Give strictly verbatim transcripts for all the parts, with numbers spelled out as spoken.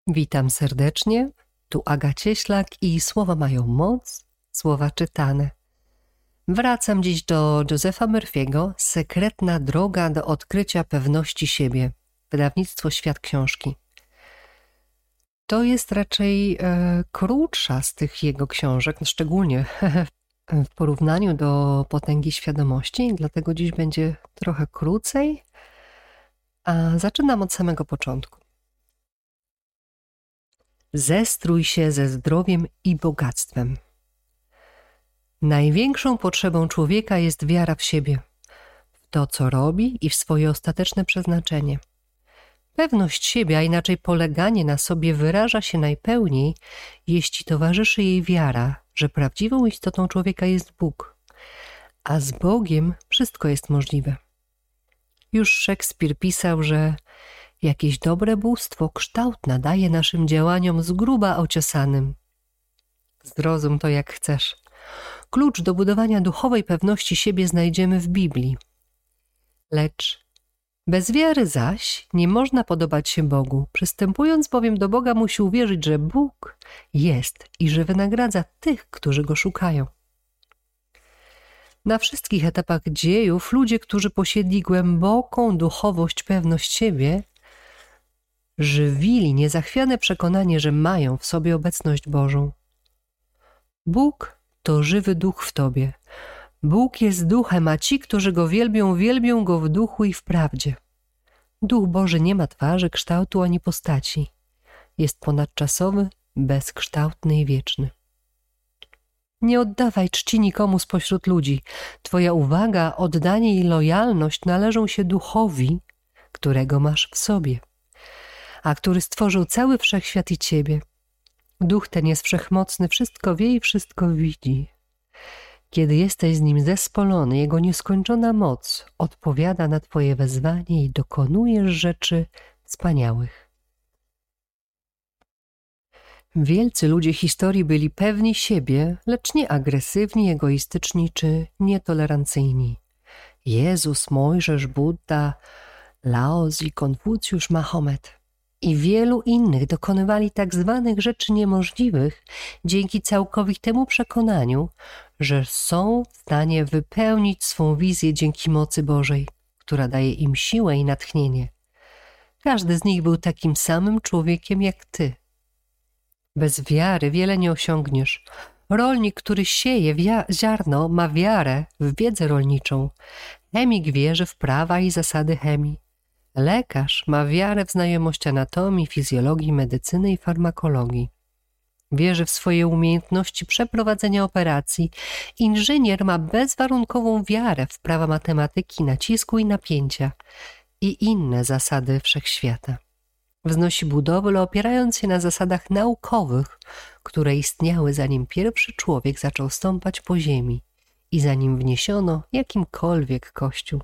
Witam serdecznie, tu Aga Cieślak i słowa mają moc, słowa czytane. Wracam dziś do Josepha Murphy'ego, Sekretna droga do odkrycia pewności siebie, wydawnictwo Świat Książki. To jest raczej e, krótsza z tych jego książek, no szczególnie w porównaniu do Potęgi Świadomości, dlatego dziś będzie trochę krócej, a zaczynam od samego początku. Zestrój się ze zdrowiem i bogactwem. Największą potrzebą człowieka jest wiara w siebie, w to, co robi i w swoje ostateczne przeznaczenie. Pewność siebie, a inaczej poleganie na sobie wyraża się najpełniej, jeśli towarzyszy jej wiara, że prawdziwą istotą człowieka jest Bóg, a z Bogiem wszystko jest możliwe. Już Szekspir pisał, że jakieś dobre bóstwo kształt nadaje naszym działaniom z gruba ociosanym. Zrozum to jak chcesz. Klucz do budowania duchowej pewności siebie znajdziemy w Biblii. Lecz bez wiary zaś nie można podobać się Bogu. Przystępując bowiem do Boga musi uwierzyć, że Bóg jest i że wynagradza tych, którzy Go szukają. Na wszystkich etapach dziejów ludzie, którzy posiedli głęboką duchowość, pewność siebie, żywili niezachwiane przekonanie, że mają w sobie obecność Bożą. Bóg to żywy duch w tobie. Bóg jest duchem, a ci, którzy Go wielbią, wielbią Go w duchu i w prawdzie. Duch Boży nie ma twarzy, kształtu ani postaci. Jest ponadczasowy, bezkształtny i wieczny. Nie oddawaj czci nikomu spośród ludzi. Twoja uwaga, oddanie i lojalność należą się duchowi, którego masz w sobie, a który stworzył cały wszechświat i ciebie. Duch ten jest wszechmocny, wszystko wie i wszystko widzi. Kiedy jesteś z nim zespolony, jego nieskończona moc odpowiada na twoje wezwanie i dokonujesz rzeczy wspaniałych. Wielcy ludzie historii byli pewni siebie, lecz nie agresywni, egoistyczni czy nietolerancyjni. Jezus, Mojżesz, Budda, Laozi, Konfucjusz, Mahomet i wielu innych dokonywali tak zwanych rzeczy niemożliwych dzięki całkowitemu przekonaniu, że są w stanie wypełnić swą wizję dzięki mocy Bożej, która daje im siłę i natchnienie. Każdy z nich był takim samym człowiekiem jak ty. Bez wiary wiele nie osiągniesz. Rolnik, który sieje ziarno, ma wiarę w wiedzę rolniczą. Chemik wierzy w prawa i zasady chemii. Lekarz ma wiarę w znajomość anatomii, fizjologii, medycyny i farmakologii. Wierzy w swoje umiejętności przeprowadzenia operacji. Inżynier ma bezwarunkową wiarę w prawa matematyki, nacisku i napięcia i inne zasady wszechświata. Wznosi budowle opierając się na zasadach naukowych, które istniały zanim pierwszy człowiek zaczął stąpać po ziemi i zanim wniesiono jakimkolwiek kościół.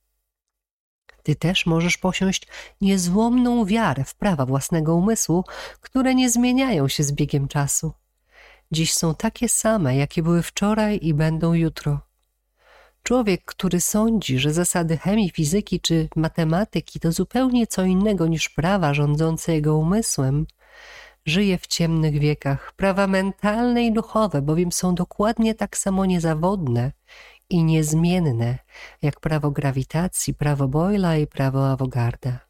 Ty też możesz posiąść niezłomną wiarę w prawa własnego umysłu, które nie zmieniają się z biegiem czasu. Dziś są takie same, jakie były wczoraj i będą jutro. Człowiek, który sądzi, że zasady chemii, fizyki czy matematyki to zupełnie co innego niż prawa rządzące jego umysłem, żyje w ciemnych wiekach. Prawa mentalne i duchowe bowiem są dokładnie tak samo niezawodne i niezmienne jak prawo grawitacji, prawo Boyla i prawo Avogarda.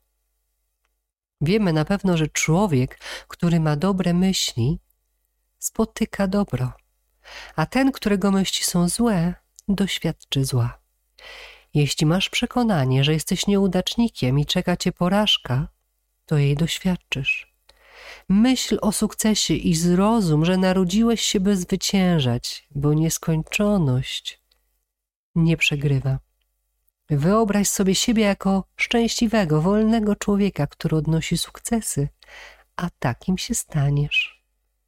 Wiemy na pewno, że człowiek, który ma dobre myśli, spotyka dobro, a ten, którego myśli są złe, doświadczy zła. Jeśli masz przekonanie, że jesteś nieudacznikiem i czeka cię porażka, to jej doświadczysz. Myśl o sukcesie i zrozum, że narodziłeś się, by zwyciężać, bo nieskończoność nie przegrywa. Wyobraź sobie siebie jako szczęśliwego, wolnego człowieka, który odnosi sukcesy, a takim się staniesz.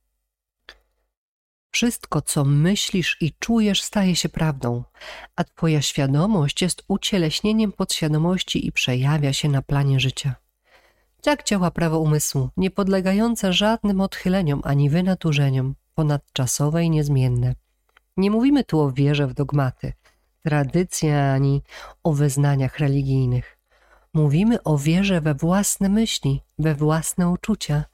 Wszystko, co myślisz i czujesz, staje się prawdą, a twoja świadomość jest ucieleśnieniem podświadomości i przejawia się na planie życia. Tak działa prawo umysłu, nie podlegające żadnym odchyleniom ani wynaturzeniom, ponadczasowe i niezmienne. Nie mówimy tu o wierze w dogmaty, tradycje ani o wyznaniach religijnych. Mówimy o wierze we własne myśli, we własne uczucia,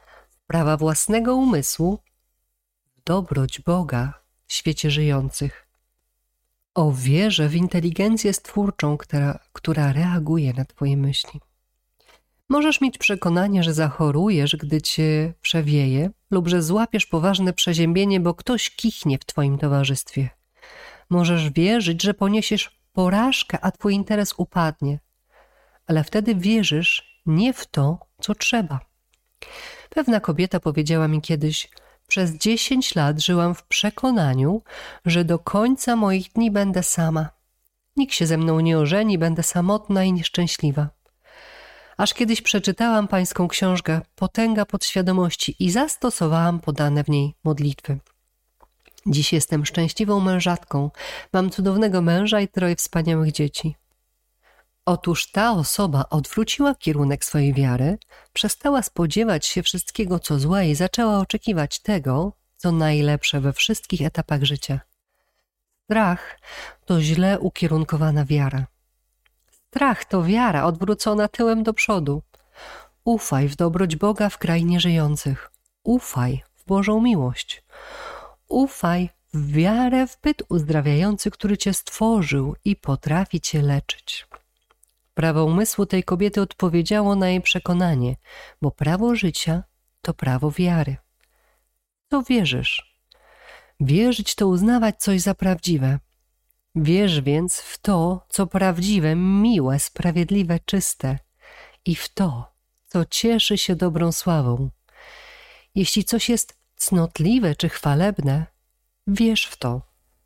prawa własnego umysłu, w dobroć Boga w świecie żyjących. O wierze w inteligencję stwórczą, która, która reaguje na twoje myśli. Możesz mieć przekonanie, że zachorujesz, gdy cię przewieje, lub że złapiesz poważne przeziębienie, bo ktoś kichnie w twoim towarzystwie. Możesz wierzyć, że poniesiesz porażkę, a twój interes upadnie. Ale wtedy wierzysz nie w to, co trzeba. Pewna kobieta powiedziała mi kiedyś: przez dziesięć lat żyłam w przekonaniu, że do końca moich dni będę sama. Nikt się ze mną nie ożeni, będę samotna i nieszczęśliwa. Aż kiedyś przeczytałam pańską książkę Potęga podświadomości i zastosowałam podane w niej modlitwy. Dziś jestem szczęśliwą mężatką, mam cudownego męża i troje wspaniałych dzieci. Otóż ta osoba odwróciła kierunek swojej wiary, przestała spodziewać się wszystkiego, co złe i zaczęła oczekiwać tego, co najlepsze we wszystkich etapach życia. Strach to źle ukierunkowana wiara. Strach to wiara odwrócona tyłem do przodu. Ufaj w dobroć Boga w krainie żyjących. Ufaj w Bożą miłość. Ufaj w wiarę w byt uzdrawiający, który cię stworzył i potrafi cię leczyć. Prawo umysłu tej kobiety odpowiedziało na jej przekonanie, bo prawo życia to prawo wiary. To wierzysz. Wierzyć to uznawać coś za prawdziwe. Wierz więc w to, co prawdziwe, miłe, sprawiedliwe, czyste i w to, co cieszy się dobrą sławą. Jeśli coś jest cnotliwe czy chwalebne, wierz w to.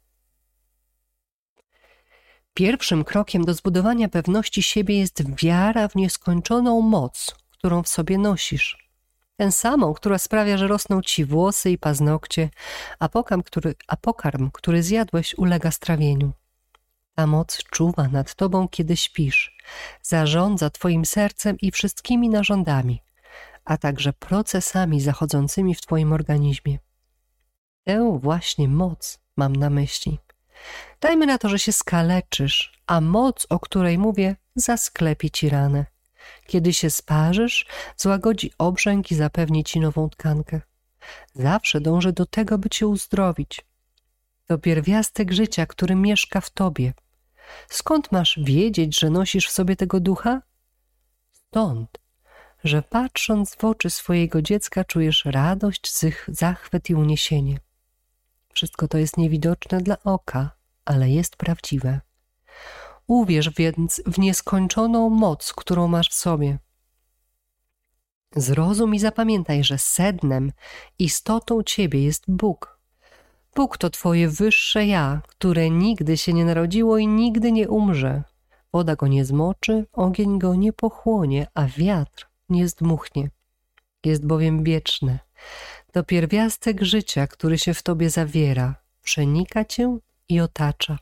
Pierwszym krokiem do zbudowania pewności siebie jest wiara w nieskończoną moc, którą w sobie nosisz. Tę samą, która sprawia, że rosną ci włosy i paznokcie, a pokarm, który, a pokarm, który zjadłeś, ulega strawieniu. Ta moc czuwa nad tobą, kiedy śpisz, zarządza twoim sercem i wszystkimi narządami, a także procesami zachodzącymi w twoim organizmie. Tę właśnie moc mam na myśli. Dajmy na to, że się skaleczysz, a moc, o której mówię, zasklepi ci ranę. Kiedy się sparzysz, złagodzi obrzęk i zapewni ci nową tkankę. Zawsze dąży do tego, by cię uzdrowić. To pierwiastek życia, który mieszka w tobie. Skąd masz wiedzieć, że nosisz w sobie tego ducha? Stąd, że patrząc w oczy swojego dziecka czujesz radość, zachwyt i uniesienie. Wszystko to jest niewidoczne dla oka, ale jest prawdziwe. Uwierz więc w nieskończoną moc, którą masz w sobie. Zrozum i zapamiętaj, że sednem, istotą ciebie jest Bóg. Bóg to twoje wyższe ja, które nigdy się nie narodziło i nigdy nie umrze. Woda go nie zmoczy, ogień go nie pochłonie, a wiatr nie zdmuchnie. Jest bowiem wieczne. To pierwiastek życia, który się w tobie zawiera, przenika cię i otacza.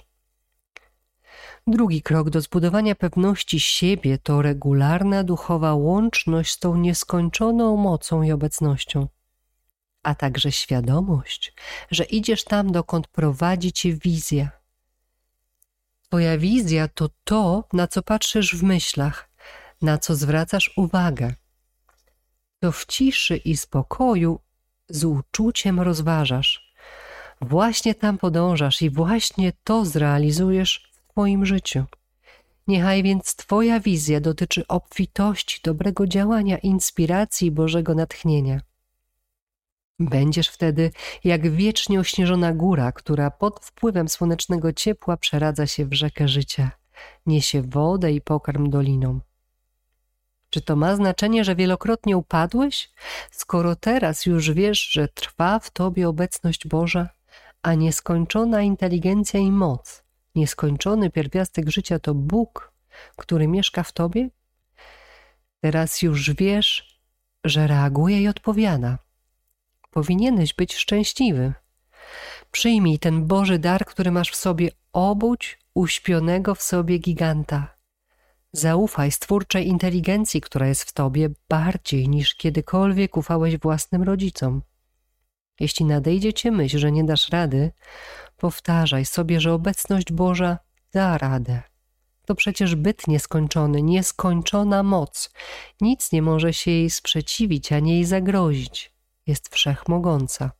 Drugi krok do zbudowania pewności siebie to regularna duchowa łączność z tą nieskończoną mocą i obecnością, a także świadomość, że idziesz tam, dokąd prowadzi cię wizja. Twoja wizja to to, na co patrzysz w myślach, na co zwracasz uwagę. To w ciszy i spokoju z uczuciem rozważasz. Właśnie tam podążasz i właśnie to zrealizujesz w twoim życiu. Niechaj więc twoja wizja dotyczy obfitości, dobrego działania, inspiracji i Bożego natchnienia. Będziesz wtedy jak wiecznie ośnieżona góra, która pod wpływem słonecznego ciepła przeradza się w rzekę życia, niesie wodę i pokarm dolinom. Czy to ma znaczenie, że wielokrotnie upadłeś, skoro teraz już wiesz, że trwa w tobie obecność Boża, a nieskończona inteligencja i moc, nieskończony pierwiastek życia to Bóg, który mieszka w tobie? Teraz już wiesz, że reaguje i odpowiada. Powinieneś być szczęśliwy. Przyjmij ten Boży dar, który masz w sobie, obudź uśpionego w sobie giganta. Zaufaj stwórczej inteligencji, która jest w tobie bardziej niż kiedykolwiek ufałeś własnym rodzicom. Jeśli nadejdzie cię myśl, że nie dasz rady, powtarzaj sobie, że obecność Boża da radę. To przecież byt nieskończony, nieskończona moc. Nic nie może się jej sprzeciwić, ani jej zagrozić. jest wszechmogąca.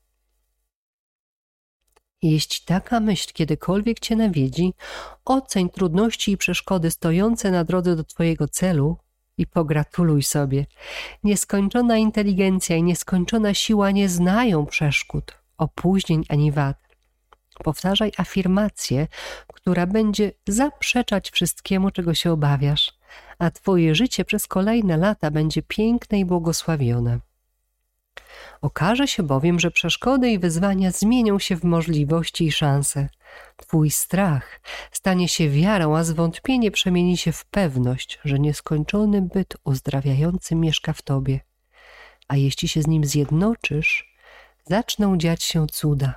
Jeśli taka myśl kiedykolwiek cię nawiedzi, oceń trudności i przeszkody stojące na drodze do twojego celu i pogratuluj sobie. Nieskończona inteligencja i nieskończona siła nie znają przeszkód, opóźnień ani wad. Powtarzaj afirmację, która będzie zaprzeczać wszystkiemu, czego się obawiasz, a twoje życie przez kolejne lata będzie piękne i błogosławione. Okaże się bowiem, że przeszkody i wyzwania zmienią się w możliwości i szanse. Twój strach stanie się wiarą, a zwątpienie przemieni się w pewność, że nieskończony byt uzdrawiający mieszka w tobie. A jeśli się z nim zjednoczysz, zaczną dziać się cuda.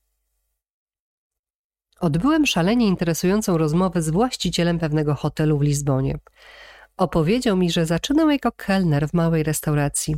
Odbyłem szalenie interesującą rozmowę z właścicielem pewnego hotelu w Lizbonie. Opowiedział mi, że zaczynał jako kelner w małej restauracji.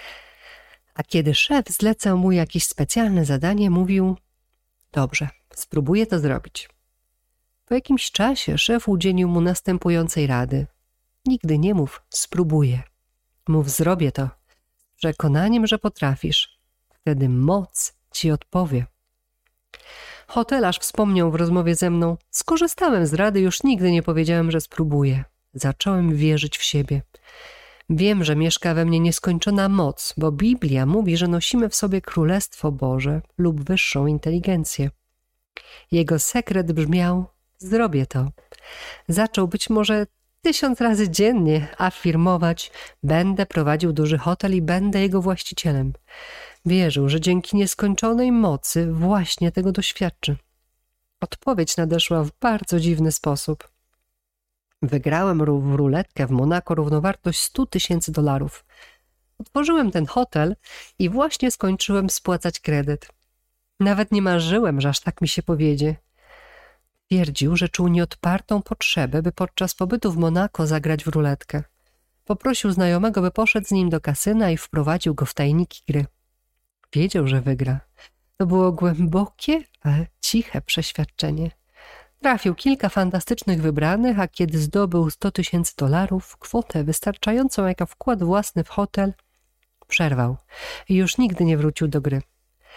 A kiedy szef zlecał mu jakieś specjalne zadanie, mówił: dobrze, spróbuję to zrobić. Po jakimś czasie szef udzielił mu następującej rady: nigdy nie mów spróbuję. Mów zrobię to, z przekonaniem, że potrafisz. Wtedy moc ci odpowie. Hotelarz wspomniał w rozmowie ze mną: skorzystałem z rady, już nigdy nie powiedziałem, że spróbuję. Zacząłem wierzyć w siebie. Wiem, że mieszka we mnie nieskończona moc, bo Biblia mówi, że nosimy w sobie Królestwo Boże lub wyższą inteligencję. Jego sekret brzmiał: zrobię to. Zaczął być może tysiąc razy dziennie afirmować: będę prowadził duży hotel i będę jego właścicielem. Wierzył, że dzięki nieskończonej mocy właśnie tego doświadczy. Odpowiedź nadeszła w bardzo dziwny sposób. Wygrałem w ruletkę w Monako równowartość stu tysięcy dolarów. Otworzyłem ten hotel i właśnie skończyłem spłacać kredyt. Nawet nie marzyłem, że aż tak mi się powiedzie. Twierdził, że czuł nieodpartą potrzebę, by podczas pobytu w Monako zagrać w ruletkę. Poprosił znajomego, by poszedł z nim do kasyna i wprowadził go w tajniki gry. Wiedział, że wygra. To było głębokie, ale ciche przeświadczenie. Trafił kilka fantastycznych wybranych, a kiedy zdobył sto tysięcy dolarów, kwotę wystarczającą jako wkład własny w hotel, przerwał i już nigdy nie wrócił do gry.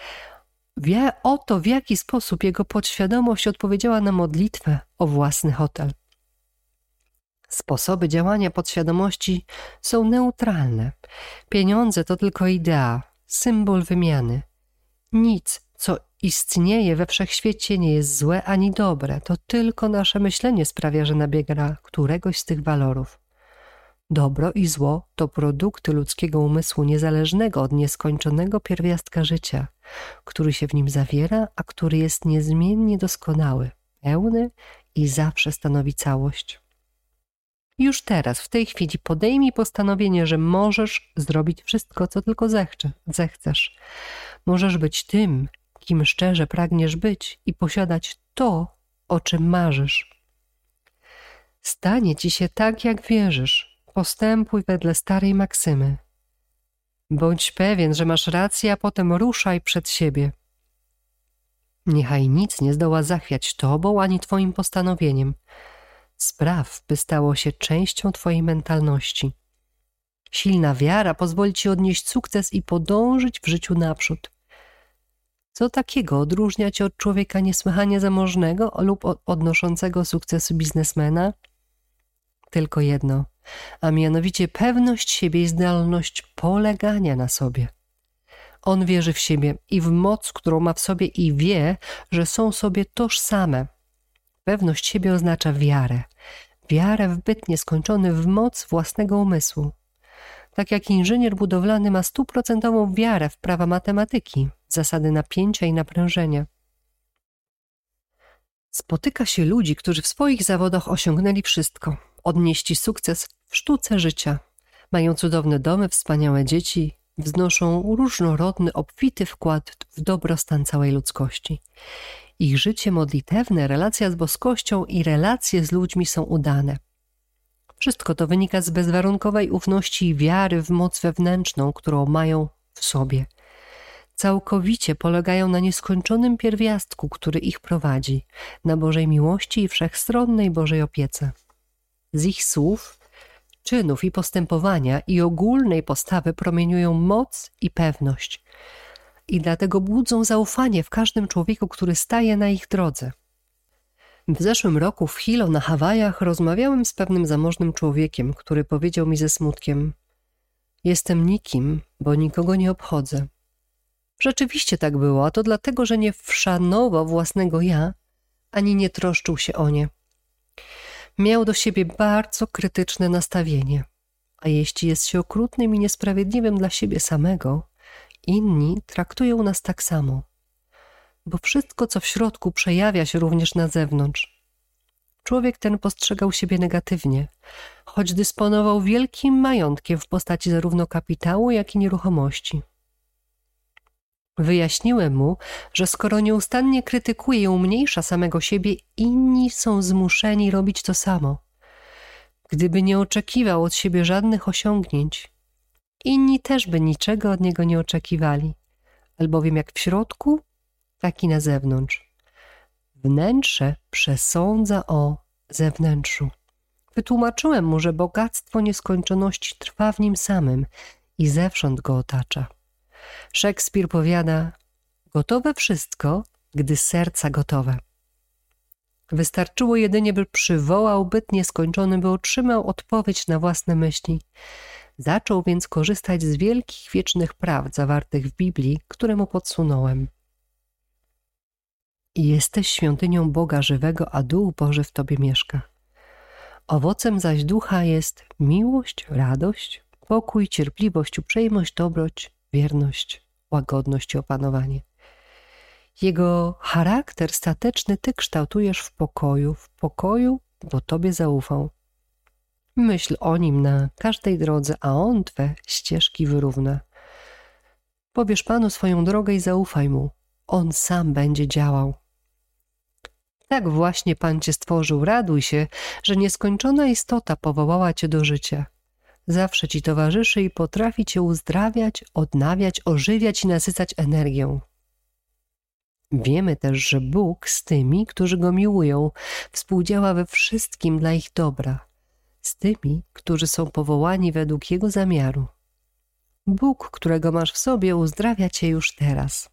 Wie o to, w jaki sposób jego podświadomość odpowiedziała na modlitwę o własny hotel. Sposoby działania podświadomości są neutralne. Pieniądze to tylko idea, symbol wymiany. Nic, co istnieje we wszechświecie, nie jest złe ani dobre. To tylko nasze myślenie sprawia, że nabiera któregoś z tych walorów. Dobro i zło to produkty ludzkiego umysłu niezależnego od nieskończonego pierwiastka życia, który się w nim zawiera, a który jest niezmiennie doskonały, pełny i zawsze stanowi całość. Już teraz, w tej chwili podejmij postanowienie, że możesz zrobić wszystko, co tylko zechce, zechcesz. Możesz być tym, kim szczerze pragniesz być i posiadać to, o czym marzysz. Stanie ci się tak, jak wierzysz. Postępuj wedle starej maksymy. Bądź pewien, że masz rację, a potem ruszaj przed siebie. Niechaj nic nie zdoła zachwiać tobą ani twoim postanowieniem. Spraw, by stało się częścią twojej mentalności. Silna wiara pozwoli ci odnieść sukces i podążyć w życiu naprzód. Co takiego odróżnia cię od człowieka niesłychanie zamożnego lub odnoszącego sukcesu biznesmena? Tylko jedno, a mianowicie pewność siebie i zdolność polegania na sobie. On wierzy w siebie i w moc, którą ma w sobie, i wie, że są sobie tożsame. Pewność siebie oznacza wiarę. Wiarę w byt nieskończony, w moc własnego umysłu. Tak jak inżynier budowlany ma stuprocentową wiarę w prawa matematyki, zasady napięcia i naprężenia. Spotyka się ludzi, którzy w swoich zawodach osiągnęli wszystko. Odnieśli sukces w sztuce życia. Mają cudowne domy, wspaniałe dzieci, wznoszą różnorodny, obfity wkład w dobrostan całej ludzkości. Ich życie modlitewne, relacja z boskością i relacje z ludźmi są udane. Wszystko to wynika z bezwarunkowej ufności i wiary w moc wewnętrzną, którą mają w sobie. Całkowicie polegają na nieskończonym pierwiastku, który ich prowadzi, na Bożej miłości i wszechstronnej Bożej opiece. Z ich słów czynów i postępowania i ogólnej postawy promieniują moc i pewność i dlatego budzą zaufanie w każdym człowieku, który staje na ich drodze. W zeszłym roku w Hilo na Hawajach rozmawiałem z pewnym zamożnym człowiekiem, który powiedział mi ze smutkiem: jestem nikim, bo nikogo nie obchodzę. Rzeczywiście tak było, a to dlatego, że nie wszanował własnego ja, ani nie troszczył się o nie. Miał do siebie bardzo krytyczne nastawienie, a jeśli jest się okrutnym i niesprawiedliwym dla siebie samego, inni traktują nas tak samo, bo wszystko, co w środku, przejawia się również na zewnątrz. Człowiek ten postrzegał siebie negatywnie, choć dysponował wielkim majątkiem w postaci zarówno kapitału, jak i nieruchomości. Wyjaśniłem mu, że skoro nieustannie krytykuje i umniejsza samego siebie, inni są zmuszeni robić to samo. Gdyby nie oczekiwał od siebie żadnych osiągnięć, inni też by niczego od niego nie oczekiwali, albowiem jak w środku, tak i na zewnątrz. Wnętrze przesądza o zewnętrzu. Wytłumaczyłem mu, że bogactwo nieskończoności trwa w nim samym i zewsząd go otacza. Szekspir powiada: gotowe wszystko, gdy serca gotowe. Wystarczyło jedynie, by przywołał byt nieskończony, by otrzymał odpowiedź na własne myśli. Zaczął więc korzystać z wielkich wiecznych prawd zawartych w Biblii, które mu podsunąłem. I jesteś świątynią Boga żywego, a Duch Boży w tobie mieszka. Owocem zaś ducha jest miłość, radość, pokój, cierpliwość, uprzejmość, dobroć, wierność, łagodność i opanowanie. Jego charakter stateczny ty kształtujesz w pokoju, w pokoju, bo tobie zaufał. Myśl o nim na każdej drodze, a on twe ścieżki wyrówna. Powiesz Panu swoją drogę i zaufaj mu. On sam będzie działał. Tak właśnie Pan cię stworzył. Raduj się, że nieskończona istota powołała cię do życia. Zawsze ci towarzyszy i potrafi cię uzdrawiać, odnawiać, ożywiać i nasycać energią. Wiemy też, że Bóg z tymi, którzy Go miłują, współdziała we wszystkim dla ich dobra, z tymi, którzy są powołani według Jego zamiaru. Bóg, którego masz w sobie, uzdrawia cię już teraz.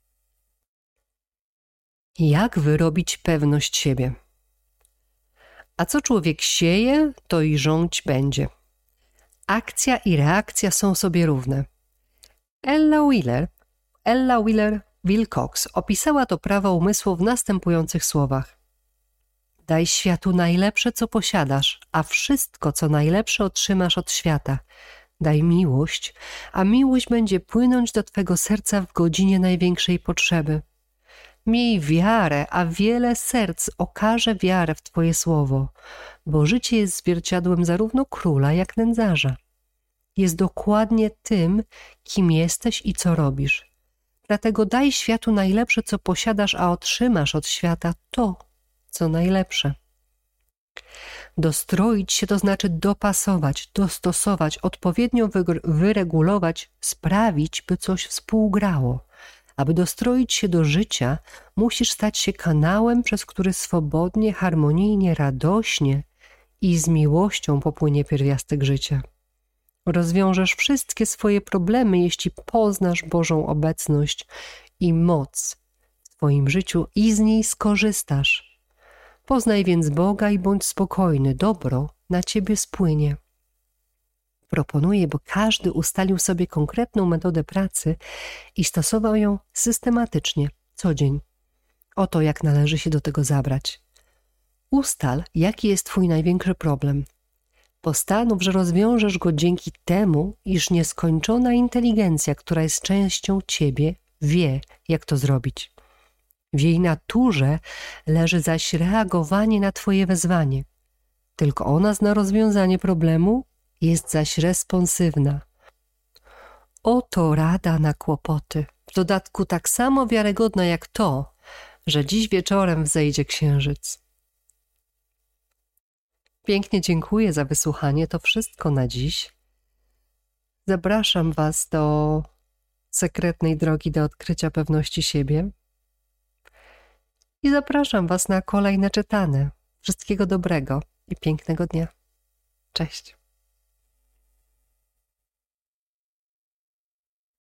Jak wyrobić pewność siebie? A co człowiek sieje, to i żąć będzie. Akcja i reakcja są sobie równe. Ella Wheeler, Ella Wheeler Wilcox opisała to prawo umysłu w następujących słowach. Daj światu najlepsze, co posiadasz, a wszystko, co najlepsze, otrzymasz od świata. Daj miłość, a miłość będzie płynąć do twego serca w godzinie największej potrzeby. Miej wiarę, a wiele serc okaże wiarę w twoje słowo, bo życie jest zwierciadłem zarówno króla, jak nędzarza. Jest dokładnie tym, kim jesteś i co robisz. Dlatego daj światu najlepsze, co posiadasz, a otrzymasz od świata to, co najlepsze. Dostroić się to znaczy dopasować, dostosować, odpowiednio wyregulować, sprawić, by coś współgrało. Aby dostroić się do życia, musisz stać się kanałem, przez który swobodnie, harmonijnie, radośnie i z miłością popłynie pierwiastek życia. Rozwiążesz wszystkie swoje problemy, jeśli poznasz Bożą obecność i moc w twoim życiu i z niej skorzystasz. Poznaj więc Boga i bądź spokojny, dobro na ciebie spłynie. Proponuję, bo każdy ustalił sobie konkretną metodę pracy i stosował ją systematycznie, co dzień. Oto jak należy się do tego zabrać. Ustal, jaki jest twój największy problem. Postanów, że rozwiążesz go dzięki temu, iż nieskończona inteligencja, która jest częścią ciebie, wie, jak to zrobić. W jej naturze leży zaś reagowanie na twoje wezwanie. Tylko ona zna rozwiązanie problemu, jest zaś responsywna. Oto rada na kłopoty. W dodatku tak samo wiarygodna jak to, że dziś wieczorem wzejdzie księżyc. Pięknie dziękuję za wysłuchanie. To wszystko na dziś. Zapraszam was do sekretnej drogi do odkrycia pewności siebie i zapraszam was na kolejne czytane. Wszystkiego dobrego i pięknego dnia. Cześć.